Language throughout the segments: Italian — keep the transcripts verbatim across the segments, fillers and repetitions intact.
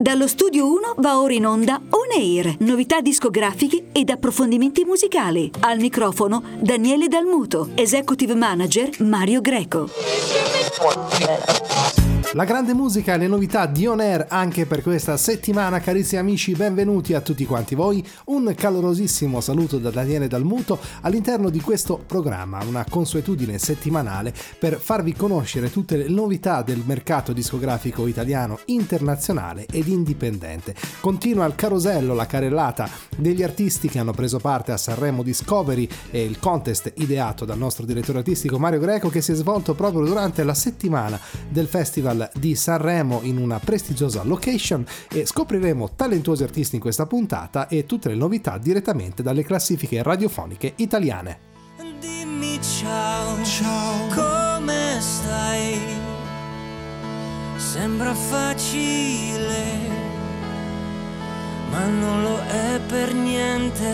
Dallo Studio uno va ora in onda On Air, novità discografiche ed approfondimenti musicali. Al microfono Daniele Dalmuto, Executive Manager Mario Greco. La grande musica e le novità di On Air anche per questa settimana, carissimi amici, benvenuti a tutti quanti voi. Un calorosissimo saluto da Daniele Dalmuto all'interno di questo programma, una consuetudine settimanale per farvi conoscere tutte le novità del mercato discografico italiano, internazionale ed indipendente. Continua il carosello, la carrellata degli artisti che hanno preso parte a Sanremo Discovery e il contest ideato dal nostro direttore artistico Mario Greco, che si è svolto proprio durante la settimana del Festival di Sanremo in una prestigiosa location, e scopriremo talentuosi artisti in questa puntata e tutte le novità direttamente dalle classifiche radiofoniche italiane. Dimmi ciao, ciao, come stai? Sembra facile, ma non lo è per niente.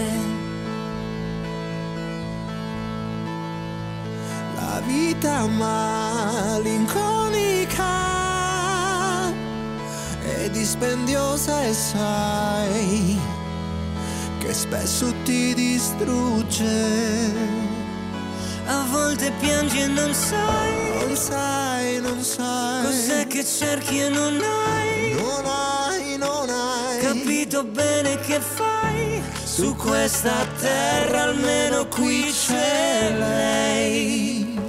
La vita malinconica è dispendiosa e sai che spesso ti distrugge. A volte piangi e non sai, non sai, non sai cos'è che cerchi e non hai, non hai, non hai capito bene che fai. Su questa terra almeno qui c'è lei.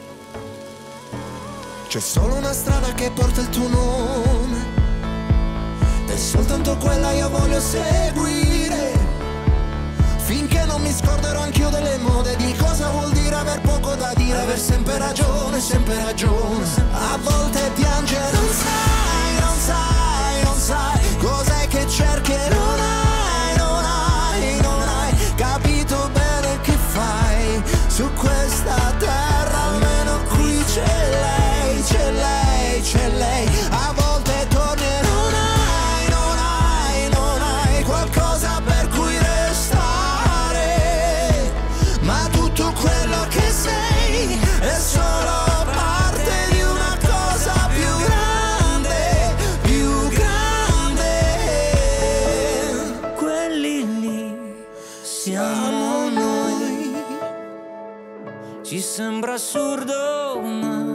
C'è solo una strada che porta il tuo nome, e soltanto quella io voglio seguire, finché non mi scorderò anch'io delle mode, di cosa vuol dire aver poco da dire, aver sempre ragione, sempre ragione. A volte piangere, non sai, non sai, non sai cos'è che cerchi e non hai, non hai, non hai capito bene che fai. Su questa terra almeno qui c'è lei, c'è lei, c'è lei. A volte torni e non hai, non hai, non hai qualcosa per cui restare, ma tutto quello che sei è solo parte di una cosa più grande, più grande. Quelli lì siamo noi. Ci sembra assurdo, ma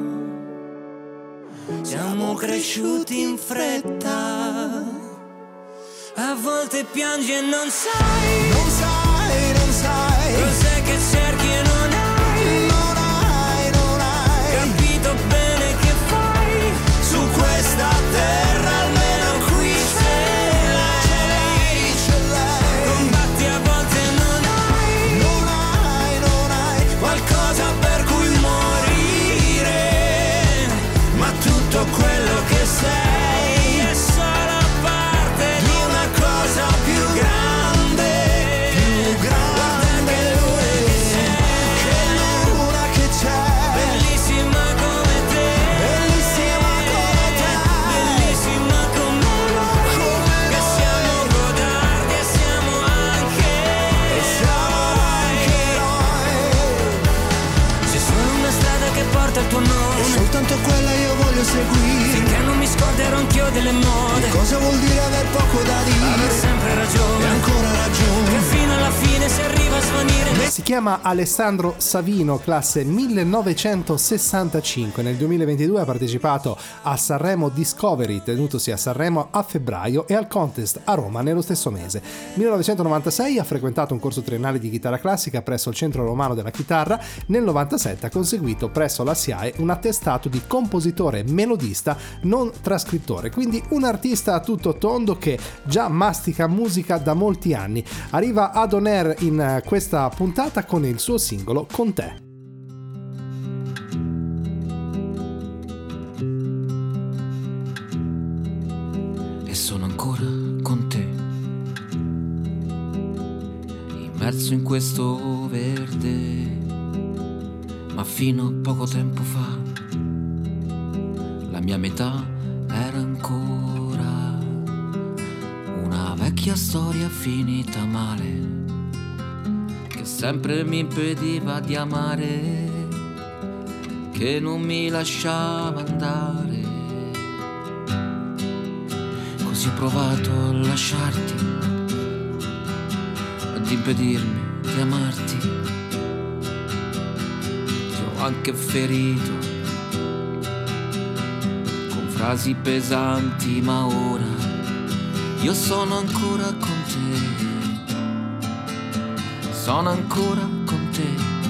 siamo cresciuti in fretta. A volte piangi e non sai, non sai, non sai cos'è che cerchi e non hai, non hai, non hai capito bene che fai. Su questa terra almeno qui c'è lei, c'è lei. Combatti a volte e non hai, Non hai, non hai qualcosa per cui morire, ma tutto quello che sei è solo parte di una cosa più grande, più grande che lui che l'una che c'è, bellissima come te, bellissima come te, bellissima come noi, che siamo godardi e siamo anche, e siamo anche noi. c'è solo una strada che porta il tuo E nome, soltanto quella io voglio seguire, finché non mi scorderò anch'io delle mode. cosa vuol dire aver poco da dire, Aver sempre e ragione, ancora che ragione. fino alla fine si arriva a svanire. Si chiama Alessandro Savino, classe millenovecentosessantacinque. Nel duemilaventidue ha partecipato a Sanremo Discovery, tenutosi a Sanremo a febbraio, e al contest a Roma nello stesso mese. millenovecentonovantasei ha frequentato un corso triennale di chitarra classica presso il Centro Romano della Chitarra. Nel novantasette ha conseguito presso la S I A E un attestato di compositore melodista non trascrittore, quindi un artista a tutto tondo che già mastica musica da molti anni. Arriva ad On Air in questa puntata con il suo singolo Con te. E sono ancora con te, immerso in questo verde, ma fino a poco tempo fa la mia metà era ancora una vecchia storia finita male, che sempre mi impediva di amare, che non mi lasciava andare. quasi provato a lasciarti, ad impedirmi di amarti. Ti ho anche ferito con frasi pesanti, ma ora io sono ancora con te, sono ancora con te.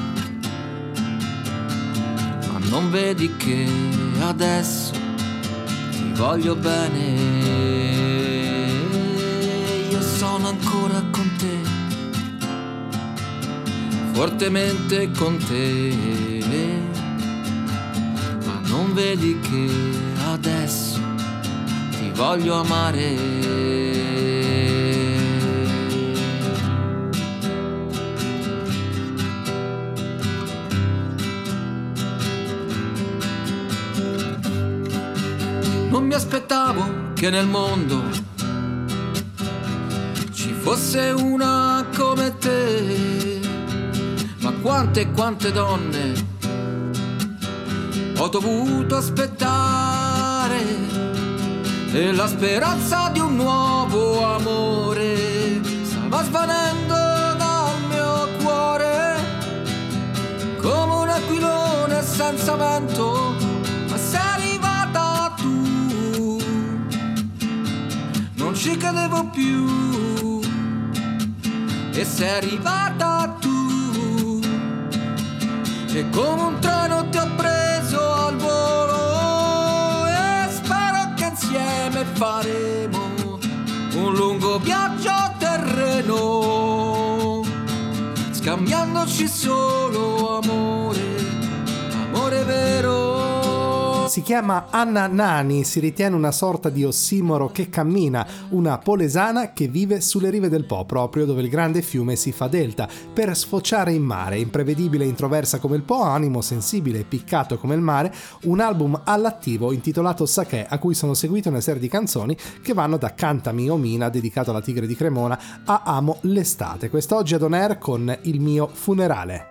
Ma non vedi che adesso ti voglio bene, io sono ancora con te, fortemente con te. Ma non vedi che adesso ti voglio amare. Non mi aspettavo che nel mondo ci fosse una come te, ma quante e quante donne ho dovuto aspettare, e la speranza di un nuovo amore stava svanendo dal mio cuore come un aquilone senza vento, ma sei arrivata tu, non ci credevo più, e sei arrivata tu, e come un treno ti ho preso al volo, e spero che insieme faremo un lungo viaggio terreno, scambiandoci solo amore, amore vero. Si chiama Anna Nani, si ritiene una sorta di ossimoro che cammina, una polesana che vive sulle rive del Po, proprio dove il grande fiume si fa delta, per sfociare in mare. Imprevedibile e introversa come il Po, animo sensibile e piccato come il mare, un album all'attivo intitolato Sake, a cui sono seguite una serie di canzoni che vanno da Cantami Omina, dedicato alla Tigre di Cremona, a Amo l'estate. Quest'oggi ad On Air con Il mio funerale.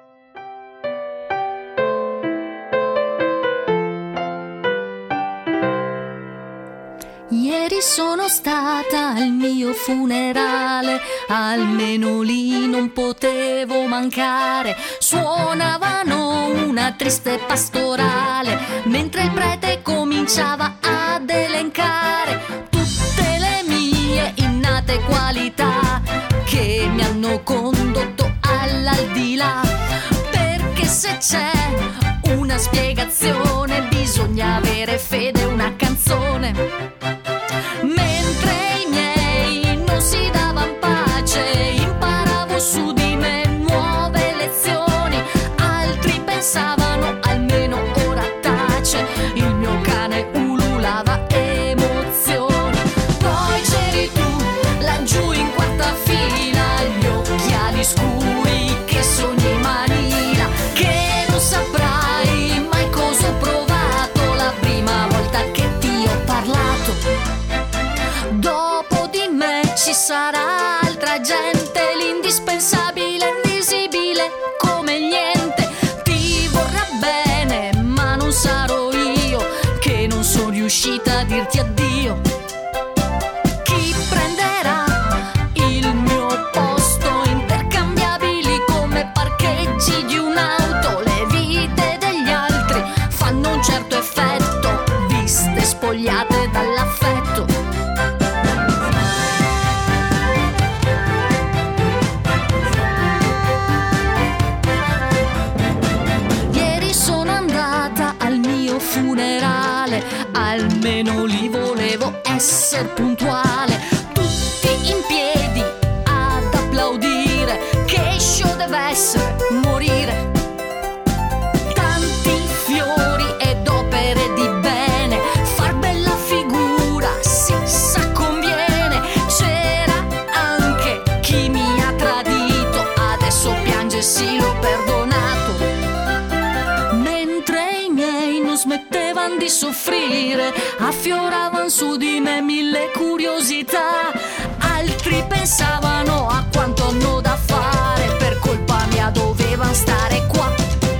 Ieri sono stata al mio funerale, almeno lì non potevo mancare. Suonavano una triste pastorale, mentre il prete cominciava ad elencare tutte le mie innate qualità che mi hanno condotto all'aldilà. Perché se c'è una spiegazione bisogna avere fede, una canzone. Mentre i miei non si davan pace, imparavo su di me nuove lezioni. Altri pensavano almeno ora tace, il mio cane ululava emozioni. Poi c'eri tu laggiù in quarta fila, gli occhiali scuri che sogni manina, che non saprai mai cosa ho provato la prima volta che ti ho parlato. Dopo di me ci sarà altra gente, l'indispensabile, invisibile come niente. Ti vorrà bene, ma non sarò io che non sono riuscita a dirti addio. Chi prenderà il mio posto, intercambiabili come parcheggi di un'auto. Le vite degli altri fanno un certo effetto, viste spogliate dall'affetto. Funerale, almeno lì volevo essere puntuale. Tutti in piedi ad applaudire, che show deve essere, morire. Tanti fiori ed opere di bene, far bella figura, si sa conviene. C'era anche chi mi ha tradito, adesso piange, sì l'ho perdonato. Smettevan di soffrire, affioravan su di me mille curiosità. Altri pensavano a quanto hanno da fare, per colpa mia dovevan stare qua.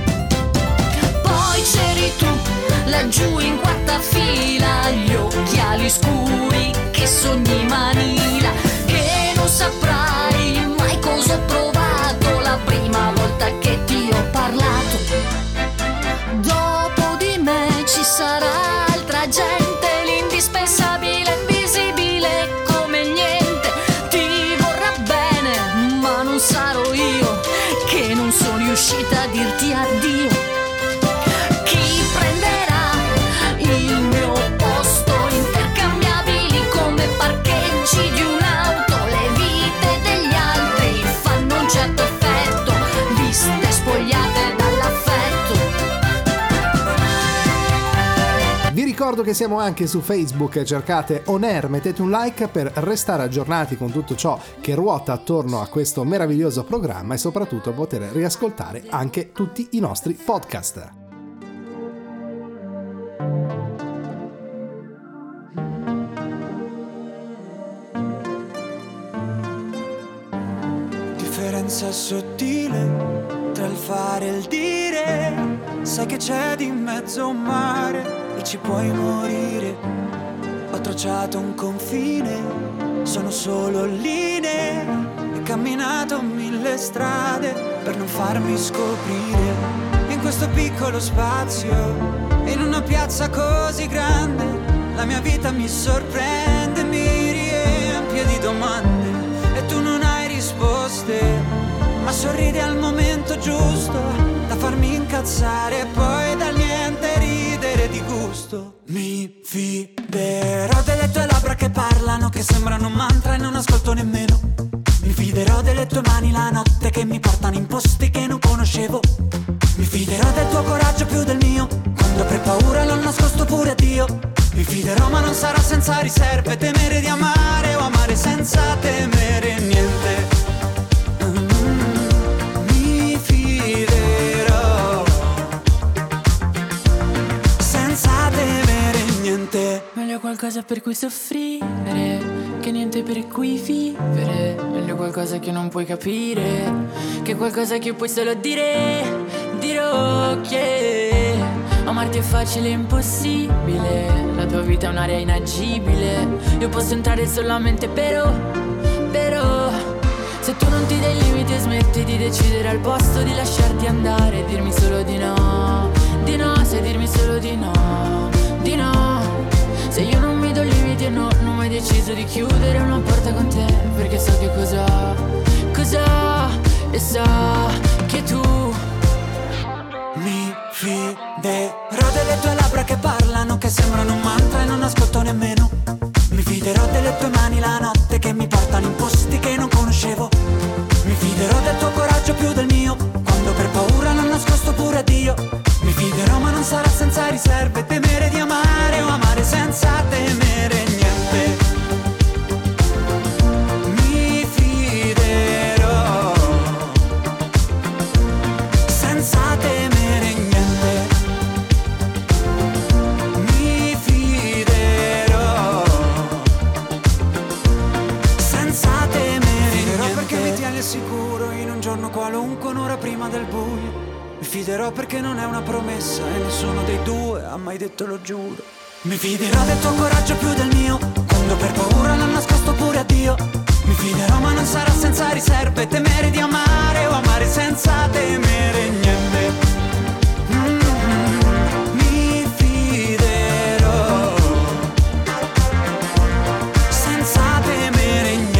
Poi c'eri tu laggiù in quarta fila, gli occhiali scuri e sogni Manila, che non saprai mai cosa ho provato la prima volta che ti ho parlato. Dopo di me ci sarà altra gente, l'indispensabile, invisibile come niente. Ti vorrà bene, ma non sarò io, che non sono riuscita a dirti addio. Chi prenderà il mio posto, intercambiabili come parcheggi di un'auto? Le vite degli altri fanno un certo effetto, viste spogliate dall'affetto. Vi ricordo che siamo anche su Facebook, cercate On Air, mettete un like per restare aggiornati con tutto ciò che ruota attorno a questo meraviglioso programma e soprattutto poter riascoltare anche tutti i nostri podcast. Differenza sottile tra il fare e il dire, sai che c'è di mezzo un mare e ci puoi morire. Ho tracciato un confine, sono solo linee, e camminato mille strade per non farmi scoprire. In questo piccolo spazio, in una piazza così grande, la mia vita mi sorprende, mi riempie di domande e tu non hai risposte, ma sorridi al momento giusto da farmi incazzare e poi dal niente ridere di gusto. Mi fiderò delle tue labbra che parlano, che sembrano un mantra e non ascolto nemmeno. Mi fiderò delle tue mani la notte che mi portano in posti che non conoscevo. Mi fiderò del tuo coraggio più del mio, quando avrei paura l'ho nascosto pure a Dio. Mi fiderò ma non sarà senza riserve, temere di amare o amare senza temere niente. Meglio qualcosa per cui soffrire che niente per cui vivere. Meglio qualcosa che non puoi capire che qualcosa che puoi solo dire. Dirò che amarti è facile e impossibile, la tua vita è un'area inagibile. Io posso entrare solamente però, però se tu non ti dai limiti e smetti di decidere al posto di lasciarti andare e dirmi solo di no, di no, sai dirmi solo di no, di no. Se io non mi do limiti e no, non ho mai deciso di chiudere una porta con te, perché so che cosa, cosa, e so che tu mi fiderò delle tue labbra che parlano, che sembrano un mantra e non ascolto nemmeno. Mi fiderò delle tue mani la notte che mi portano in posti che non conoscevo. Mi fiderò del tuo coraggio più del mio, quando per paura l'ho nascosto pure a Dio. Mi fiderò ma non sarà senza riserve, temere di amare o amare senza temere niente. Mi fiderò senza temere niente. Mi fiderò senza temere fiderò niente. Perché mi tieni al sicuro in un giorno qualunque, un'ora prima del buio. Mi fiderò perché non è una promessa e nessuno dei due ha mai detto lo giuro. Mi fiderò del tuo coraggio più del mio, quando per paura l'ho nascosto pure a Dio. Mi fiderò ma non sarà senza riserve, temere di amare o amare senza temere niente. Mm-hmm. Mi fiderò senza temere niente.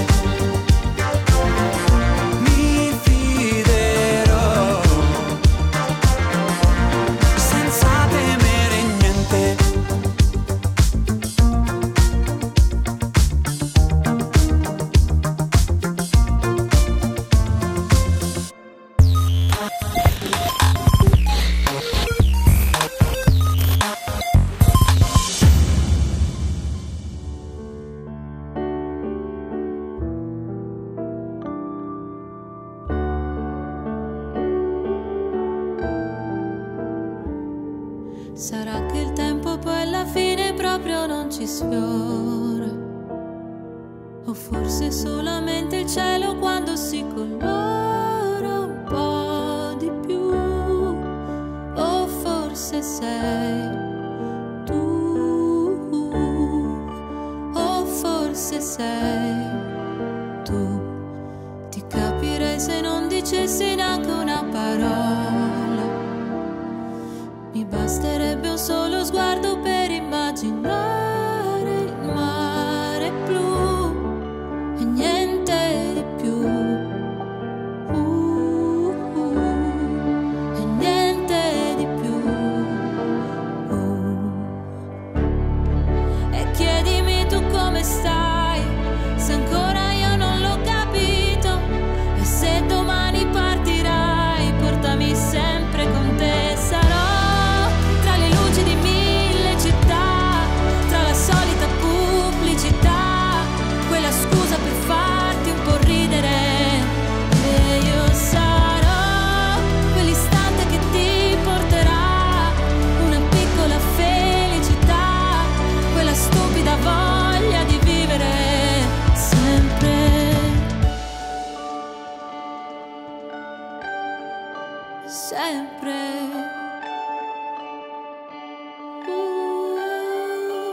Sarà che il tempo poi alla fine proprio non ci sfiora, o forse solamente il cielo quando si colora un po' di più, o forse sei tu, o forse sei tu. Ti capirei se non dicessi neanche una parola. Mi basterebbe un solo sguardo per immaginare il mare blu e niente di più. Uh, uh, e niente di più. Uh. E chiedimi tu come stai, se ancora io non l'ho capito. E se domani partirai, portami sempre con te. Sarò tra le luci di mille città, tra la solita pubblicità, quella scusa per farti un po' ridere. E io sarò quell'istante che ti porterà una piccola felicità, quella stupida voglia di vivere sempre. Sempre. Uh.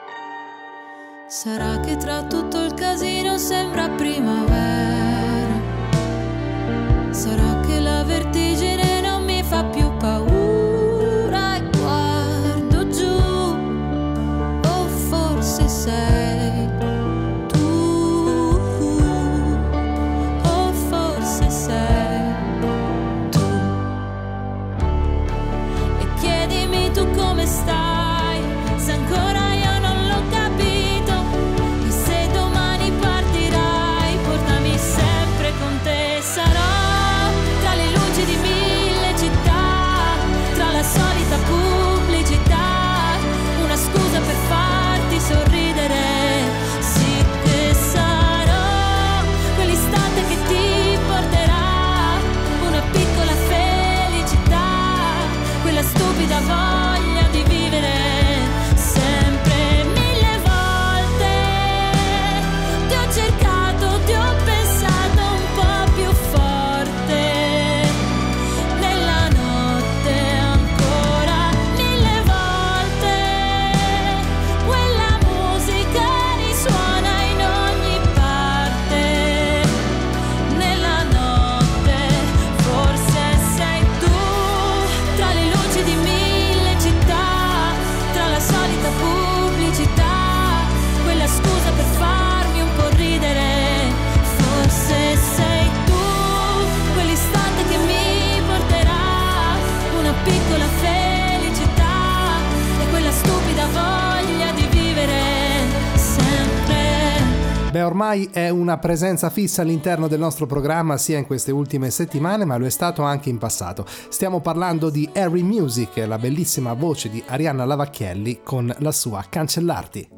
Sarà che tra tutto il casino sembra primavera. Sarà che la vertigine non mi fa più paura e guardo giù. O forse sei tu. O forse sei tu. E chiedimi tu come stai, se ancora io non l'ho capito. E se domani partirai, portami sempre con te. Sarò tra le luci di mille città, tra la solita pubblicità, una scusa per farti sorridere. Sì che sarò quell'istante che ti porterà una piccola felicità, quella stupida voglia di vivere sempre. Mille volte ti ho cercato, ti ho pensato un po' più forte. Nella notte ancora mille volte quella musica risuona in ogni parte. Nella notte forse sei tu, tra le luci di mille città, tra la solita pubblicità, quella scusa per farmi un po' ridere. Forse sei tu, quell'istante che mi porterà una piccola felicità e quella stupida voglia di vivere sempre. Beh, ormai è una presenza fissa all'interno del nostro programma sia in queste ultime settimane, ma lo è stato anche in passato. Stiamo parlando di Harry Music, la bellissima voce di Arianna Lavacchielli con la sua Cancellarti.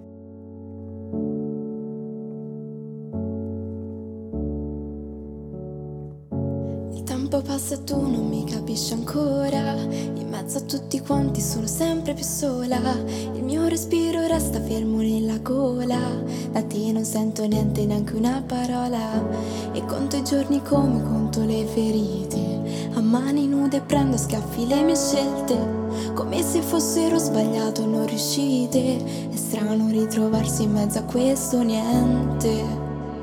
Il tempo passa e tu non mi capisci ancora. In mezzo a tutti quanti sono sempre più sola. Il mio respiro resta fermo nella gola. Da te non sento niente, neanche una parola. E conto i giorni come conto le ferite. A mani nude prendo a schiaffi le mie scelte, come se fossero sbagliato non riuscite. È strano ritrovarsi in mezzo a questo niente.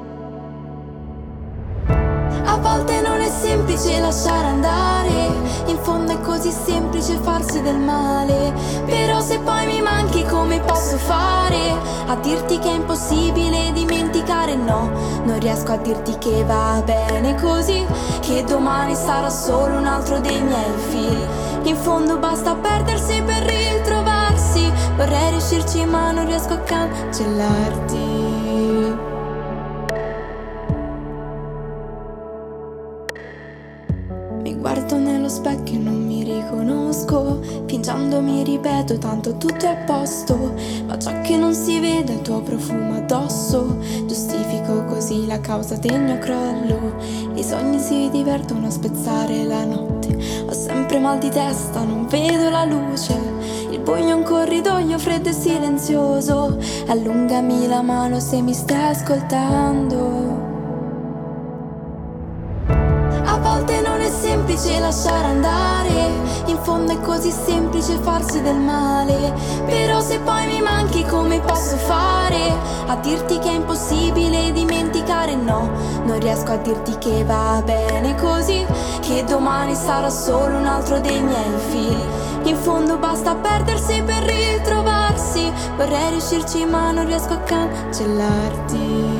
A volte non è semplice lasciare andare, in fondo è così semplice farsi del male. Però se poi mi manchi come posso fare a dirti che è impossibile dimenticare? No, non riesco a dirti che va bene così, che domani sarà solo un altro dei miei fili. In fondo basta perdersi per ritrovarsi. Vorrei riuscirci ma non riesco a cancellarti. Mi guardo nello specchio e non mi riconosco, piangendo mi ripeto tanto tutto è a posto, ma ciò che non si vede è il tuo profumo addosso. Giustifico così la causa del mio crollo. I sogni si divertono a spezzare la notte. Ho sempre mal di testa, non vedo la luce. Il buio è un corridoio freddo e silenzioso. Allungami la mano se mi stai ascoltando. A volte non è semplice lasciare andare, in fondo è così semplice farsi del male. Però se poi mi manchi come posso fare a dirti che è impossibile dimenticare? No, non riesco a dirti che va bene così, che domani sarà solo un altro dei miei fili. In fondo basta perdersi per ritrovarsi, vorrei riuscirci ma non riesco a cancellarti.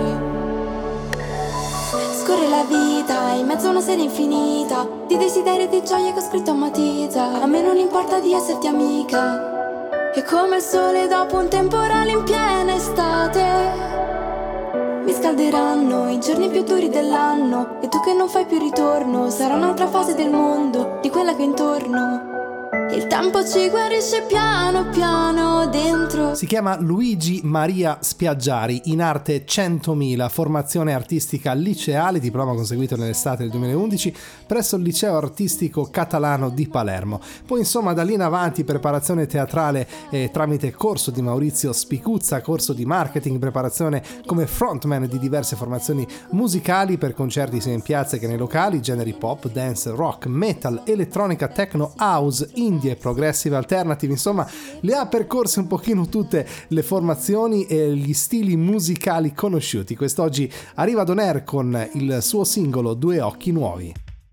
Scorre la vita in mezzo a una serie infinita di desideri e di gioie che ho scritto a matita. A me non importa di esserti amica, è come il sole dopo un temporale in piena estate. Mi scalderanno i giorni più duri dell'anno, e tu che non fai più ritorno, sarà un'altra fase del mondo, di quella che ho intorno. Il tempo ci guarisce piano piano dentro. Si chiama Luigi Maria Spiaggiari, in arte centomila, formazione artistica liceale, diploma conseguito nell'estate del duemilaundici presso il liceo artistico catalano di Palermo. Poi insomma da lì in avanti preparazione teatrale eh, tramite corso di Maurizio Spicuzza, corso di marketing, preparazione come frontman di diverse formazioni musicali per concerti sia in piazze che nei locali, generi pop, dance, rock, metal, elettronica, techno, house, indie e progressive alternative. Insomma le ha percorse un pochino tutte le formazioni e gli stili musicali conosciuti. Quest'oggi arriva ad On Air con il suo singolo Due occhi nuovi.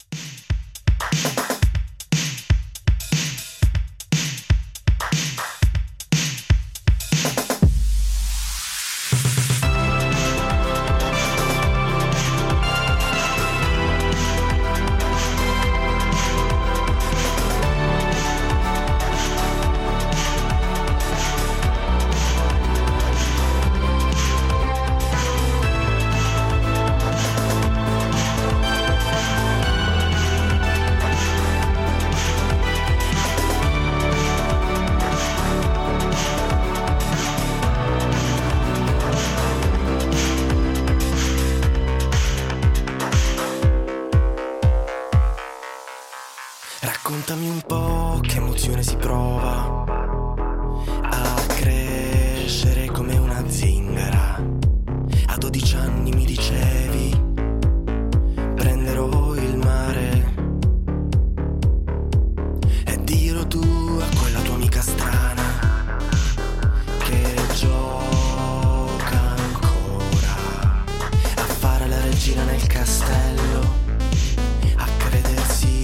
Raccontami un po' che emozione si prova a crescere come una zingara. A dodici anni mi dicevi prenderò il mare e dirò tu a quella tua amica strana che gioca ancora a fare la regina nel castello, a credersi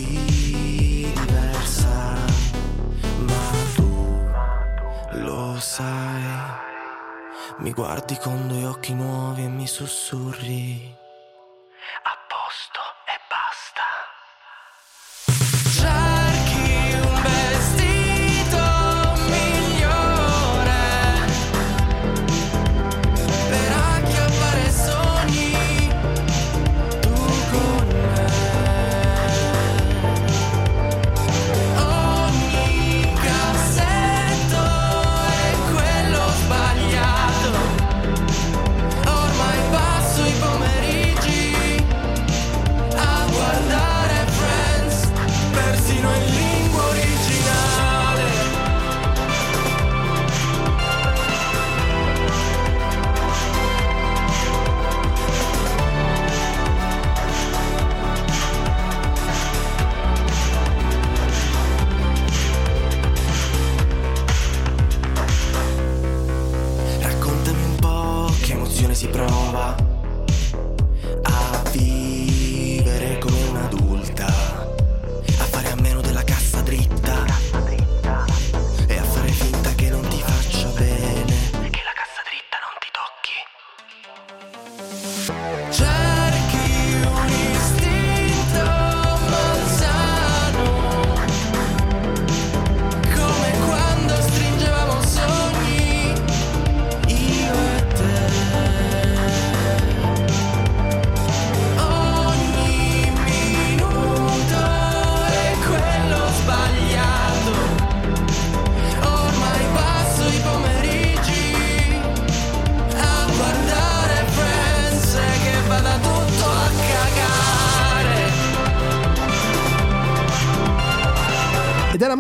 sai, mi guardi con due occhi nuovi e mi sussurri a posto e basta. Cerchi un vestito migliore per acchiappare sogni, tu con me. Ogni cassetto ormai passo i pomeriggi a guardare Friends, persino in lingua originale. Raccontami un po' che emozione si prova a vivere come un'adulta, a fare a meno della cassa dritta e a fare finta che non ti faccia bene, che la cassa dritta non ti tocchi. Cerchi un istinto malsano, come quando stringevamo sogni io e te.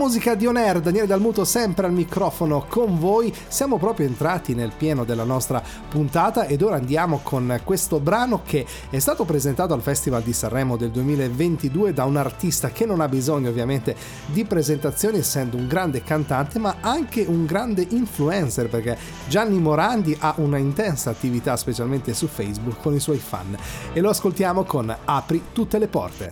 musica di On Air, Daniele Dal Muto sempre al microfono con voi. Siamo proprio entrati nel pieno della nostra puntata ed ora andiamo con questo brano che è stato presentato al Festival di Sanremo del duemilaventidue da un artista che non ha bisogno ovviamente di presentazioni, essendo un grande cantante ma anche un grande influencer, perché Gianni Morandi ha una intensa attività specialmente su Facebook con i suoi fan, e lo ascoltiamo con Apri tutte le porte.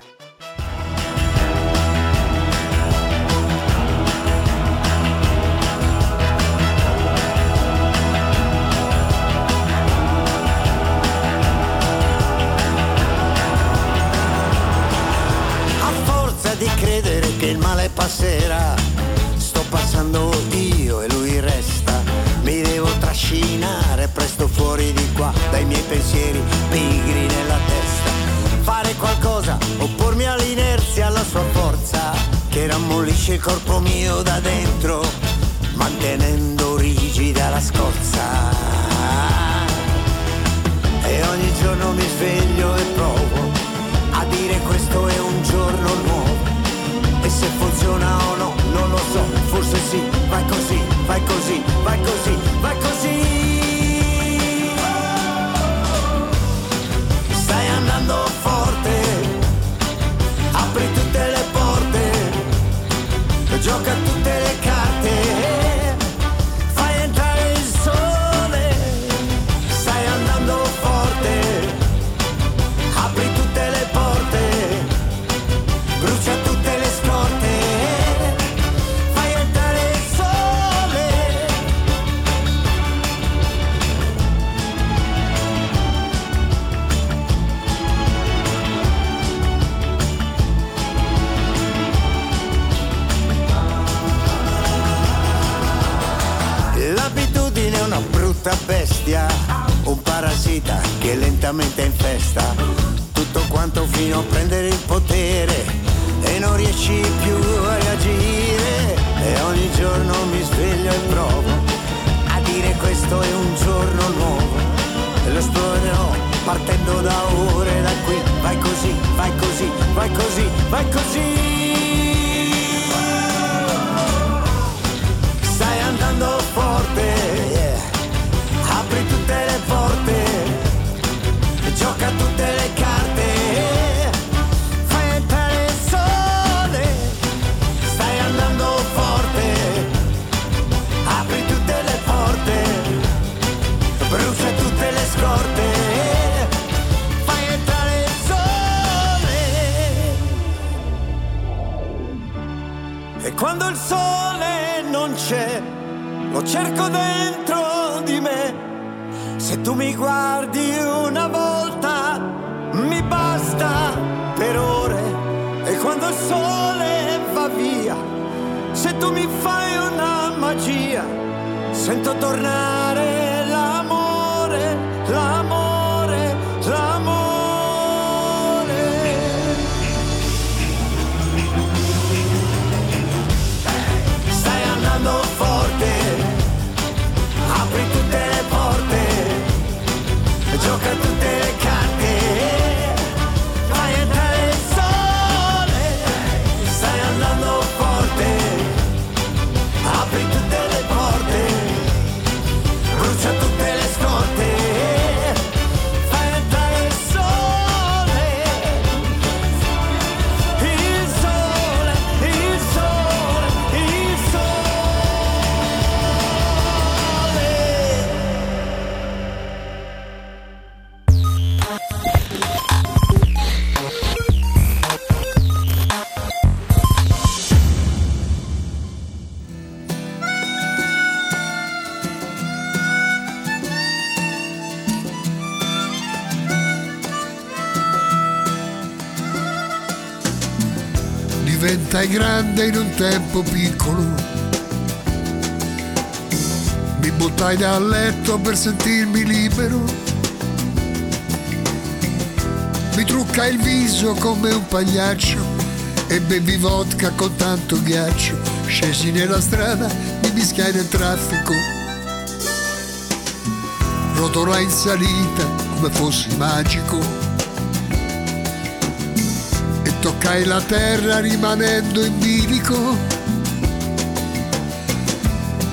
Che il male passerà, sto passando io e lui resta, mi devo trascinare presto fuori di qua dai miei pensieri pigri nella testa, fare qualcosa, oppormi all'inerzia, alla sua forza che rammollisce il corpo mio da dentro, mantenendo rigida la scorza, e ogni giorno mi sveglio e provo a dire questo è un giorno nuovo. E se funziona o no, non lo so, forse sì, vai così, vai così, vai così, vai così. Stai andando forte, apri tutte le porte, gioca tutte le carte, fai entrare il sole. Stai andando forte, apri tutte le porte, brucia tutte le scorte, fai entrare il sole. L'abitudine è una brutta bestia, un parassita che lentamente infesta tutto quanto fino a prendere il potere e non riesci più a reagire, e ogni giorno mi sveglio e provo a dire questo è un giorno nuovo, e lo esplorerò partendo da ore da qui, vai così, vai così, vai così, vai così. Stai andando forte, yeah. Apri tutte le porte, gioca tutte le carte, fai entrare il sole. Stai andando forte, apri tutte le porte, brucia tutte le scorte, fai entrare il sole. E quando il sole non c'è, lo cerco dentro di me. Se tu mi guardi una volta, mi basta per ore. E quando il sole va via, se tu mi fai una magia, sento tornare l'amore, l'amore, l'amore. Stai andando forte, apri tutte le porte, gioca tutte le carte, fai entrare il sole. Stai andando forte, apri tutte le porte, brucia tutte le scorte, fai entrare il sole. Il sole, il sole, il sole. Diventai grande in un tempo piccolo, mi buttai dal letto per sentirmi libero, mi truccai il viso come un pagliaccio e bevi vodka con tanto ghiaccio, scesi nella strada, mi mischiai nel traffico, rotolai in salita come fossi magico, toccai la terra rimanendo in bilico,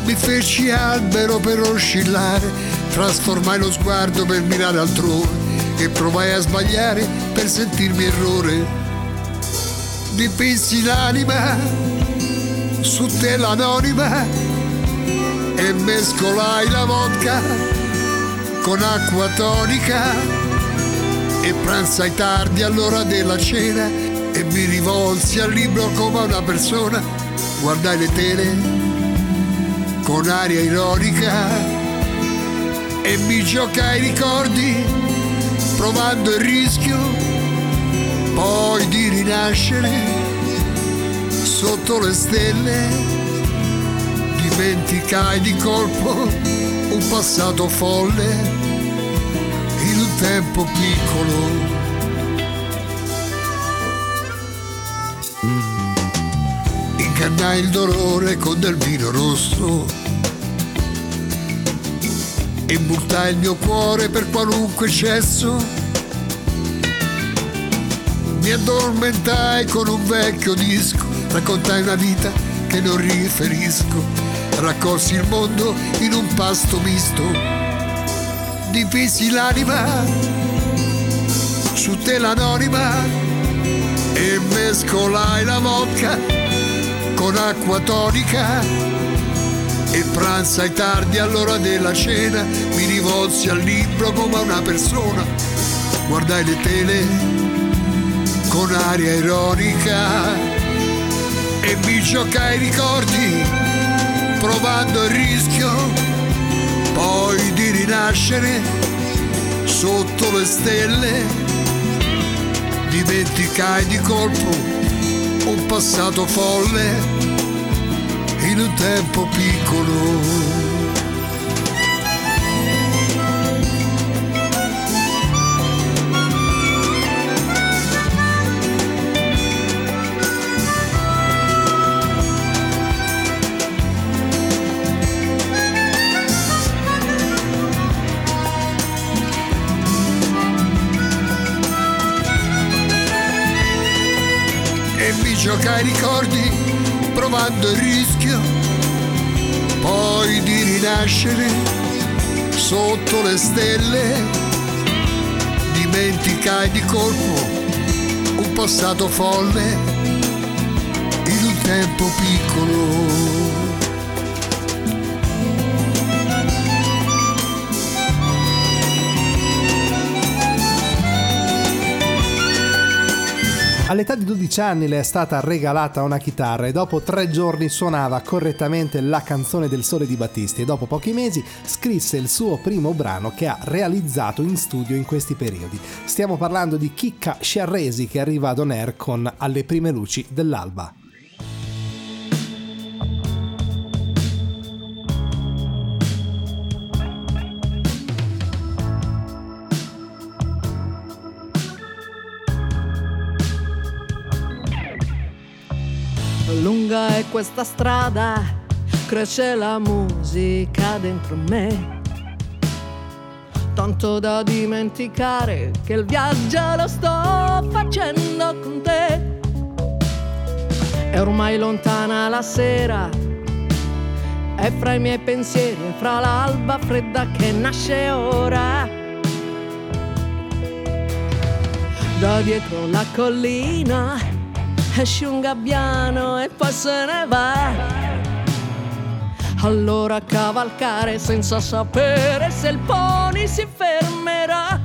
Mi feci albero per oscillare, trasformai lo sguardo per mirare altrove e provai a sbagliare per sentirmi errore. Dipinsi l'anima su tela anonima e mescolai la vodka con acqua tonica e pranzai tardi all'ora della cena e mi rivolsi al libro come a una persona, guardai le tele con aria ironica e mi giocai i ricordi provando il rischio poi di rinascere sotto le stelle. Dimenticai di colpo un passato folle in un tempo piccolo. Ingannai il dolore con del vino rosso e multai il mio cuore per qualunque eccesso. Mi addormentai con un vecchio disco, raccontai una vita che non riferisco, raccolsi il mondo in un pasto misto, dipinsi l'anima su tela anonima e mescolai la vodka con acqua tonica e pranzai tardi all'ora della cena, mi rivolsi al libro come a una persona, guardai le tele con aria ironica e mi giocai i ricordi provando il rischio poi di rinascere sotto le stelle. Dimenticai di colpo un passato folle in un tempo piccolo. Giocai ricordi provando il rischio poi di rinascere sotto le stelle. Dimenticai di colpo un passato folle in un tempo piccolo. All'età di dodici anni le è stata regalata una chitarra e dopo tre giorni suonava correttamente La canzone del sole di Battisti e dopo pochi mesi scrisse il suo primo brano che ha realizzato in studio in questi periodi. Stiamo parlando di Chicca Sciarresi che arriva ad On Air con Alle prime luci dell'alba. Lunga è questa strada, cresce la musica dentro me, tanto da dimenticare che il viaggio lo sto facendo con te. È ormai lontana la sera, è fra i miei pensieri, è fra l'alba fredda che nasce ora. Da dietro la collina esce un gabbiano e poi se ne va. Allora cavalcare senza sapere se il pony si fermerà.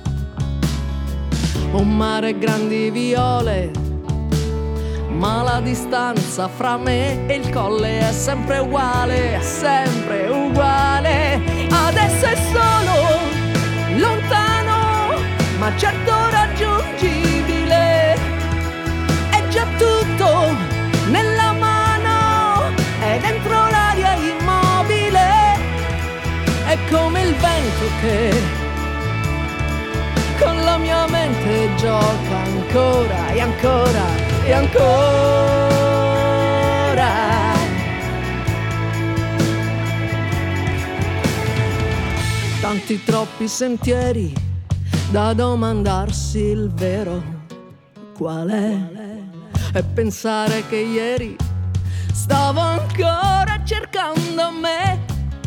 Un mare grandi viole, ma la distanza fra me e il colle è sempre uguale, è sempre uguale. Adesso è solo lontano, ma certo raggiungibile. Già tutto nella mano, è dentro l'aria immobile, è come il vento che con la mia mente gioca ancora e ancora e ancora. Tanti troppi sentieri da domandarsi il vero qual è. E pensare che ieri stavo ancora cercando me,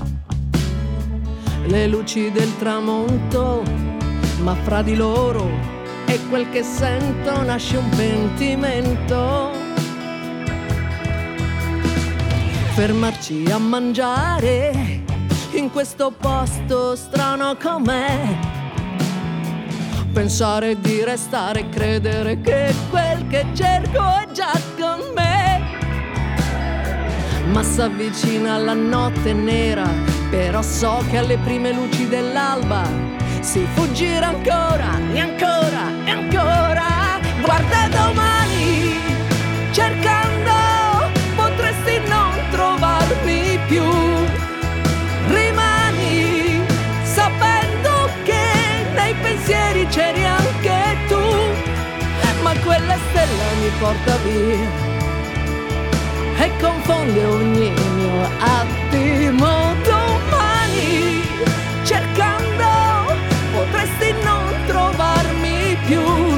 le luci del tramonto, ma fra di loro e quel che sento nasce un pentimento. Fermarci a mangiare in questo posto strano com'è, pensare di restare e credere che quel che cerco è già con me. Ma s'avvicina la notte nera, però so che alle prime luci dell'alba si fuggirà ancora e ancora e ancora. Guarda domani, cercando potresti non trovarmi più. Rimani sapendo che nei pensieri c'eri anche tu, ma quella stella mi porta via e confonde ogni mio attimo. Domani, cercando, potresti non trovarmi più.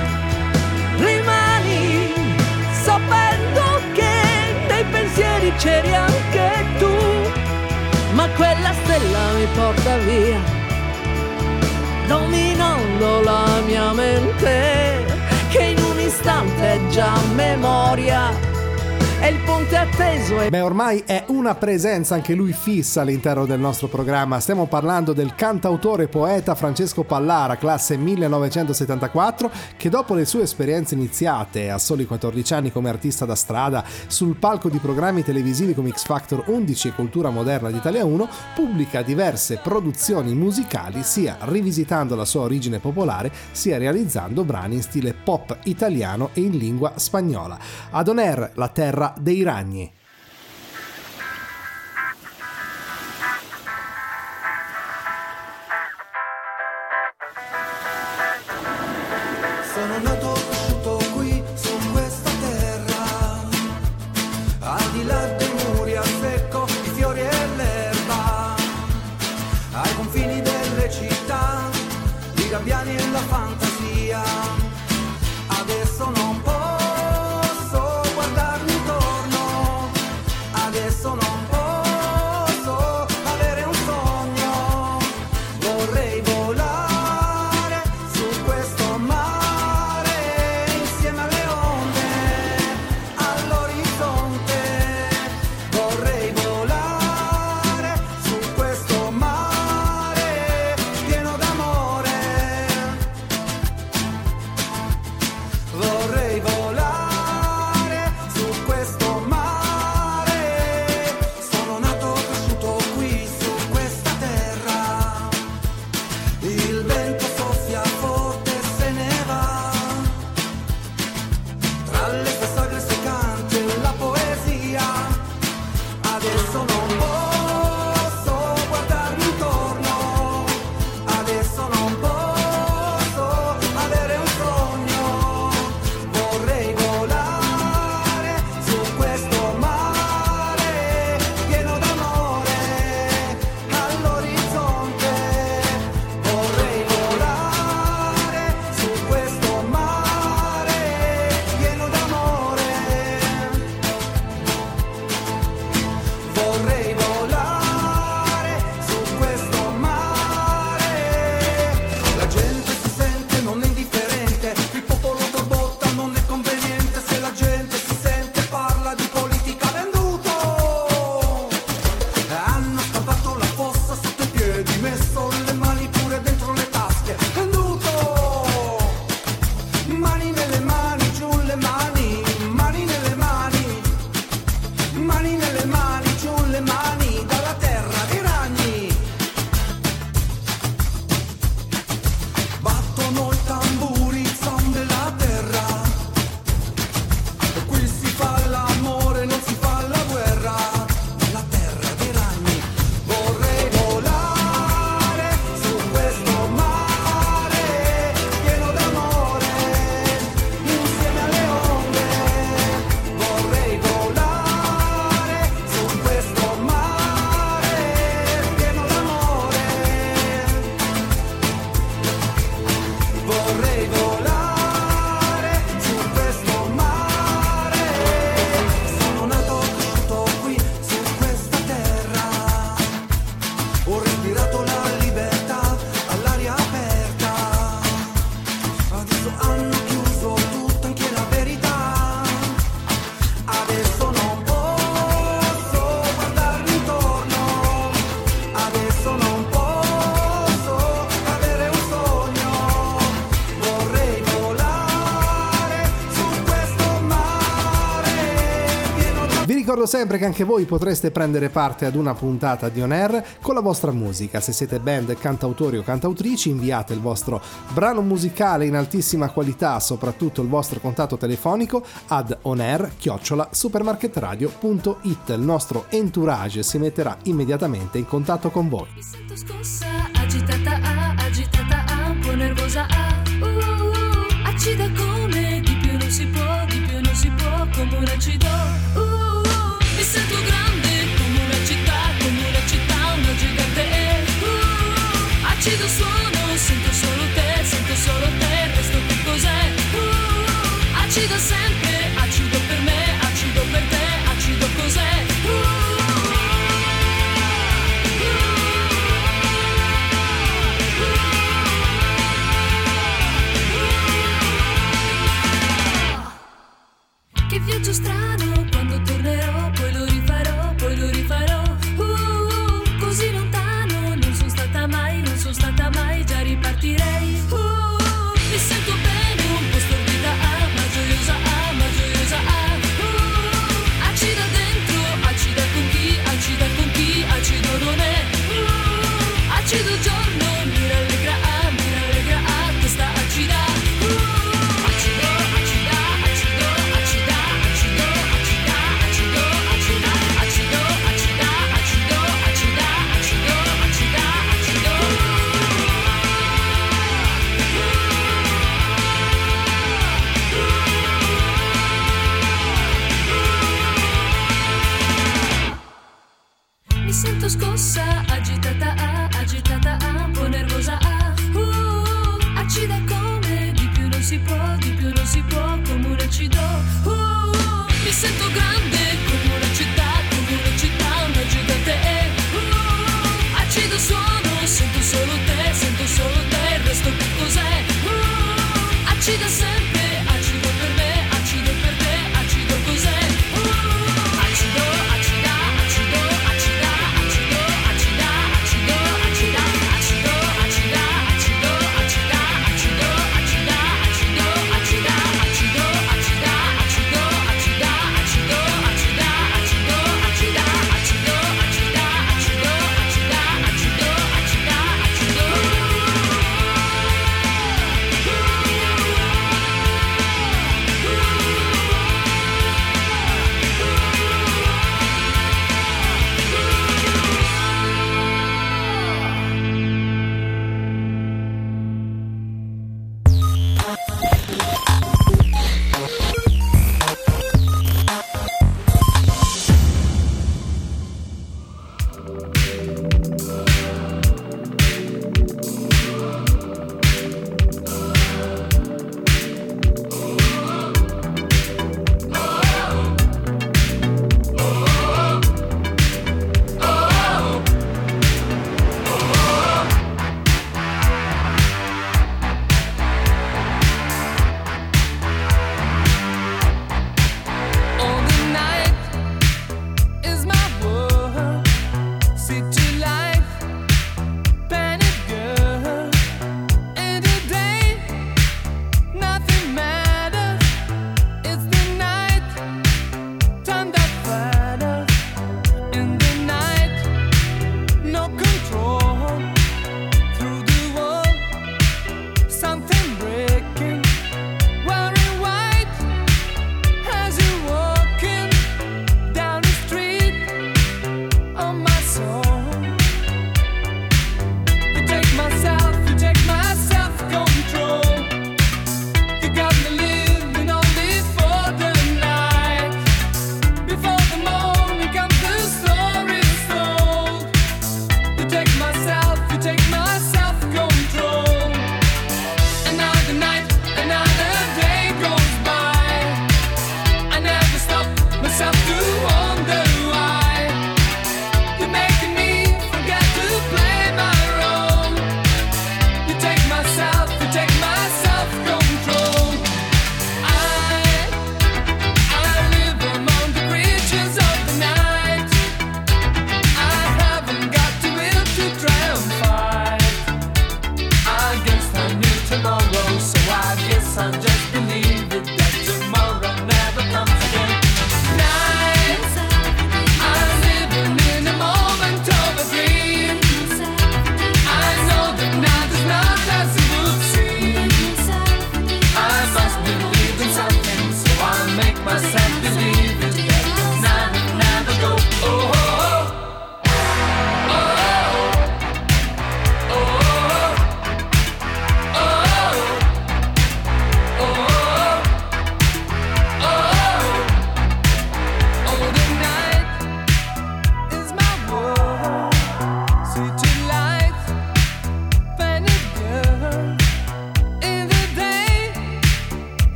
Rimani sapendo che nei pensieri c'eri anche tu, ma quella stella mi porta via, dominando la mia mente, che in un istante è già memoria. E il ponte atteso è... Beh, ormai è una presenza anche lui fissa all'interno del nostro programma. Stiamo parlando del cantautore e poeta Francesco Pallara, classe millenovecentosettantaquattro, che dopo le sue esperienze iniziate a soli quattordici anni come artista da strada sul palco di programmi televisivi come X Factor undici e Cultura Moderna di Italia uno, pubblica diverse produzioni musicali, sia rivisitando la sua origine popolare, sia realizzando brani in stile pop italiano e in lingua spagnola. Ad Oner, la terra dei ragni. Sono nato, cresciuto qui, su questa terra, al di là dei muri al secco, i fiori e l'erba, ai confini delle città, i gabbiani e la fantasia. Adesso non posso ricordo sempre che anche voi potreste prendere parte ad una puntata di On Air con la vostra musica. Se siete band, cantautori o cantautrici, inviate il vostro brano musicale in altissima qualità, soprattutto il vostro contatto telefonico ad onair chiocciola supermarketradio punto it. Il nostro entourage si metterà immediatamente in contatto con voi. Mi sento scossa, agitata, ah, agitata, ah, un po' nervosa, ah, uh, uh, uh, accida come di più non si può, di più non si può, come un acido, uh, uh, uh, mi sento grande come una città, come una città, una gigante, uh, uh, uh, acido suono, sento solo te, sento solo te, il resto che cos'è, uh, uh, uh, acido sempre, acido per me, acido per te, acido cos'è, uh, uh, che viaggio strano, quando tornerò, poi lo rifarò, poi lo rifarò, uh, uh, così lontano, non sono stata mai, non sono stata mai, già ripartirei, uh, uh, mi sento bene, un po' stordita, ah, ma gioiosa, ah, ma gioiosa, ah, uh, uh, acida dentro, acida con chi, acida con chi, acido non è, uh, uh, acido giorno, mi rallegra, ah, mi rallegra, ah, questa acida, uh, uh, acido, acida, acido, acida. Mi sento scossa, agitata, ah, agitata, ah, un po' nervosa, ah, uh, uh, accida come di più non si può, di più non si può, come un acido, uh, uh, mi sento grande come una città, come una città, una gigante, uh, uh, acido suono, sento solo te, sento solo te, il resto che cos'è, uh, uh, acida sempre, acido per me, acido per te, acido cos'è, uh, uh, acido, acida, acido, acida, acido, acida, acido, acida, acido, acida, acido, acida, acido, acida, acido, acida, acido, acida, acido, acida, acido, acida, acido, acida, acido, acida, acido, acida, acido, acida, acido.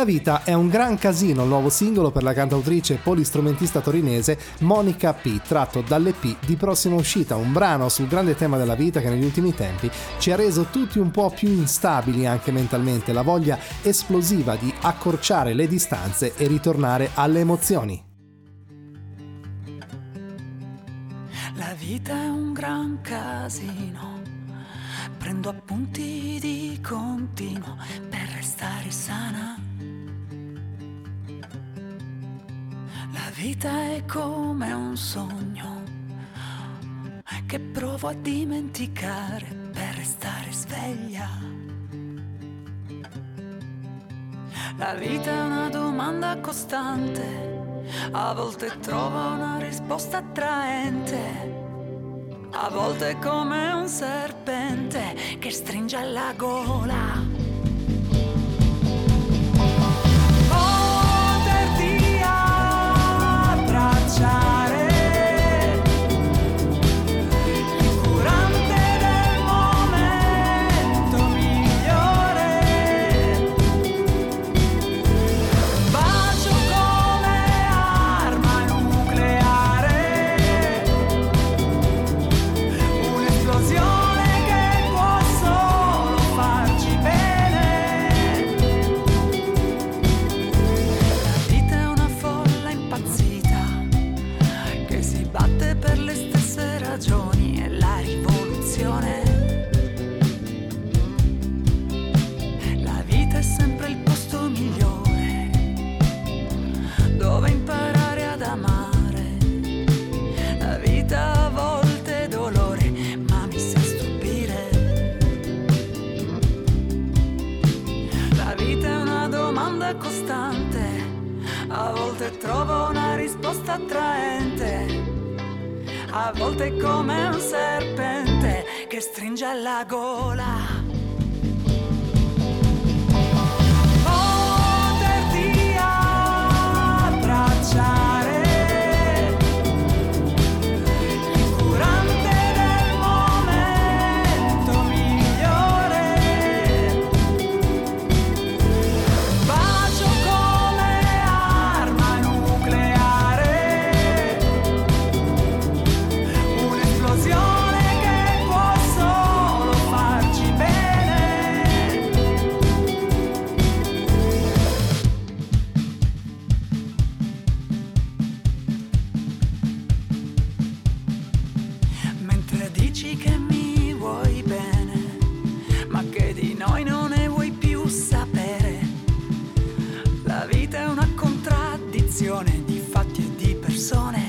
vita è un gran casino, il nuovo singolo per la cantautrice e polistrumentista torinese Monica P, tratto dall'E P di prossima uscita, un brano sul grande tema della vita che negli ultimi tempi ci ha reso tutti un po' più instabili anche mentalmente, la voglia esplosiva di accorciare le distanze e ritornare alle emozioni. La vita è un gran casino, prendo appunti di continuo per restare sana. La vita è come un sogno che provo a dimenticare per restare sveglia. La vita è una domanda costante, a volte trovo una risposta attraente. A volte è come un serpente che stringe alla gola. Poterti abbracciare trovo una risposta attraente, a volte è come un serpente che stringe alla gola. Poterti abbracciare di fatti e di persone.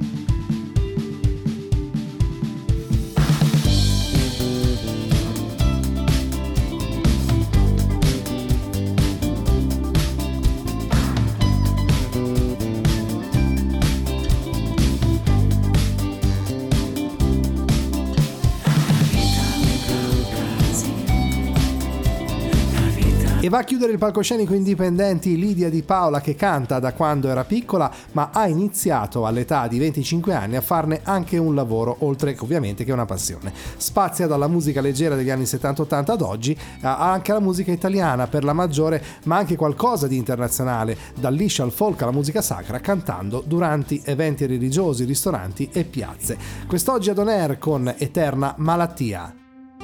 E va a chiudere il palcoscenico Indipendenti Lidia Di Paola, che canta da quando era piccola, ma ha iniziato all'età di venticinque anni a farne anche un lavoro, oltre che ovviamente che una passione. Spazia dalla musica leggera degli anni settanta ottanta ad oggi, anche alla musica italiana per la maggiore, ma anche qualcosa di internazionale, dal liscio al folk alla musica sacra, cantando durante eventi religiosi, ristoranti e piazze. Quest'oggi ad On Air con Eterna Malattia.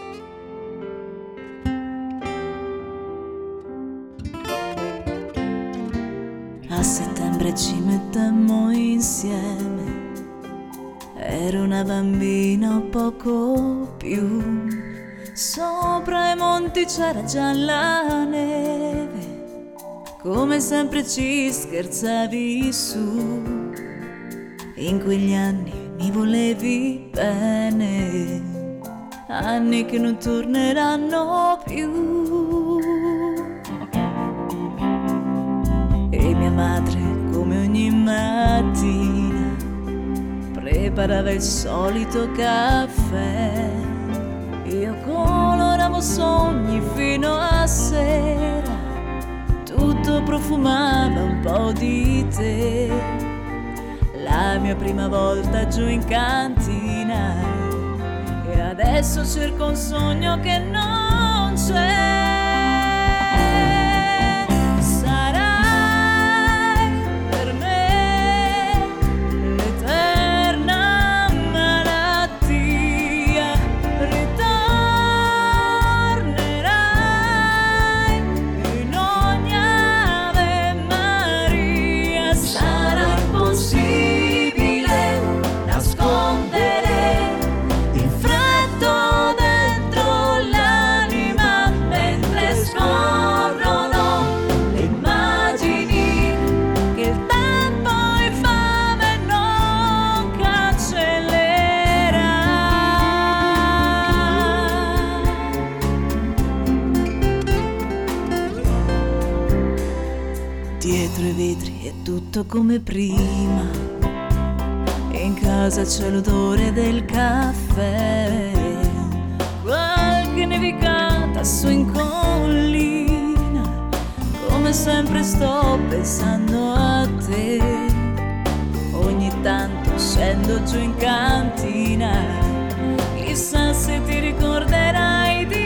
A settembre ci mettemmo insieme, ero una bambina o poco più, sopra i monti c'era già la neve, come sempre ci scherzavi su, in quegli anni mi volevi bene, anni che non torneranno più. E mia madre, come ogni mattina, preparava il solito caffè. Io coloravo sogni fino a sera, tutto profumava un po' di te. La mia prima volta giù in cantina, e adesso cerco un sogno che non c'è. Sarà come prima, in casa c'è l'odore del caffè, qualche nevicata su in collina, come sempre sto pensando a te, ogni tanto scendo giù in cantina, chissà se ti ricorderai di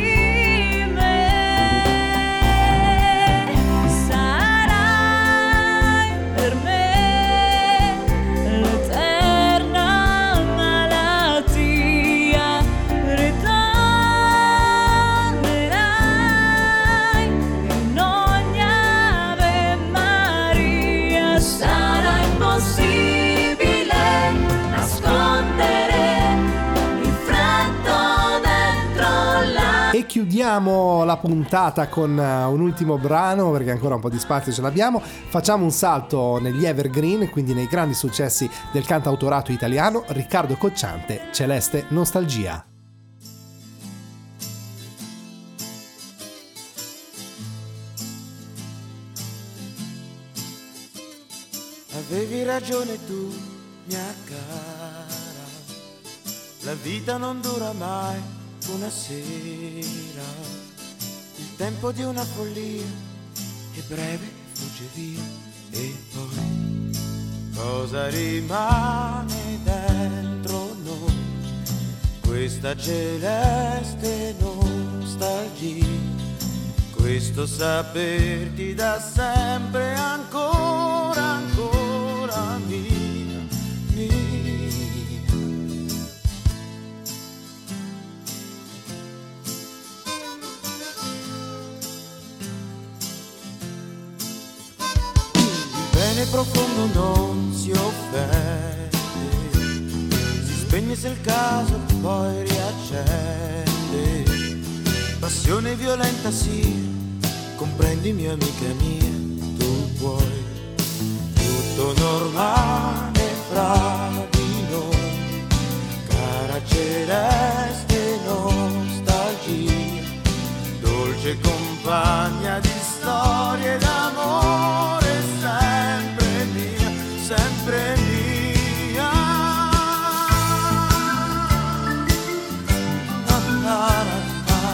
Chiudiamo la puntata con un ultimo brano perché ancora un po' di spazio ce l'abbiamo. Facciamo un salto negli evergreen, quindi nei grandi successi del cantautorato italiano. Riccardo Cocciante, Celeste Nostalgia. Avevi ragione tu, mia cara, la vita non dura mai una sera, il tempo di una follia è breve, fugge via, e poi cosa rimane dentro noi? Questa celeste nostalgia, questo saperti da sempre ancora, ancora mia, mia. Il profondo non si offende, si spegne se il caso poi riaccende, passione violenta sì, comprendimi amica mia, tu puoi, tutto normale fra di noi, cara celeste nostalgia, dolce compagna di storie d'amore, sempre mia, sempre mia. Na, na, na, na.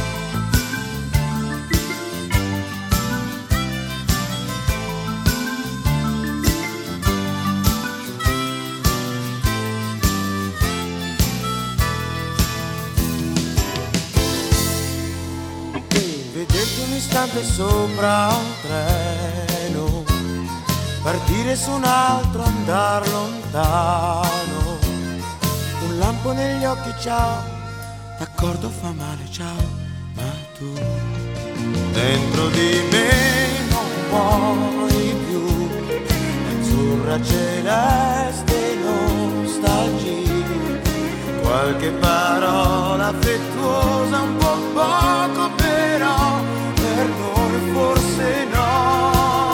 Vederti un istante sopra un treno, partire su un altro, andar lontano, un lampo negli occhi, ciao, d'accordo fa male, ciao, ma tu dentro di me non muori più, azzurra celeste nostalgia, qualche parola affettuosa, un po' poco però, per noi forse no.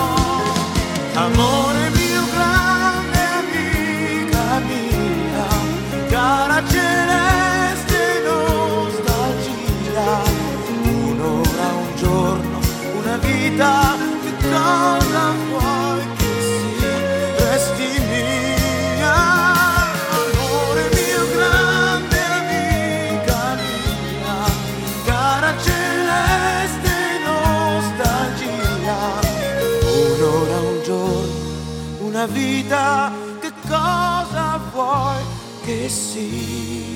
Amore mio, grande amica mia, cara celeste nostalgia, un'ora, un giorno, una vita, che cosa vuoi che sia, resti mia. Amore mio, grande amica mia, cara celeste nostalgia, un'ora, un giorno, una vita, che cosa vuoi che sia?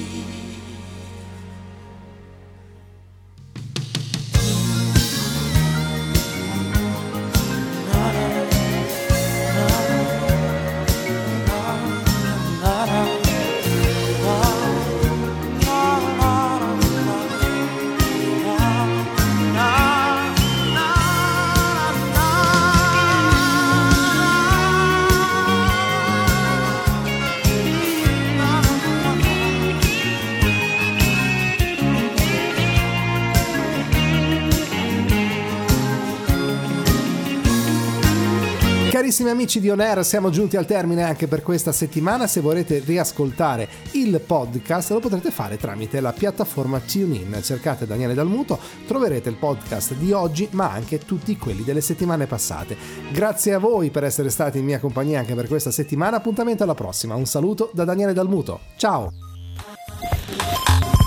Carissimi amici di On Air, siamo giunti al termine anche per questa settimana. Se vorrete riascoltare il podcast lo potrete fare tramite la piattaforma TuneIn. Cercate Daniele Dalmuto, troverete il podcast di oggi ma anche tutti quelli delle settimane passate. Grazie a voi per essere stati in mia compagnia anche per questa settimana. Appuntamento alla prossima. Un saluto da Daniele Dalmuto. Ciao!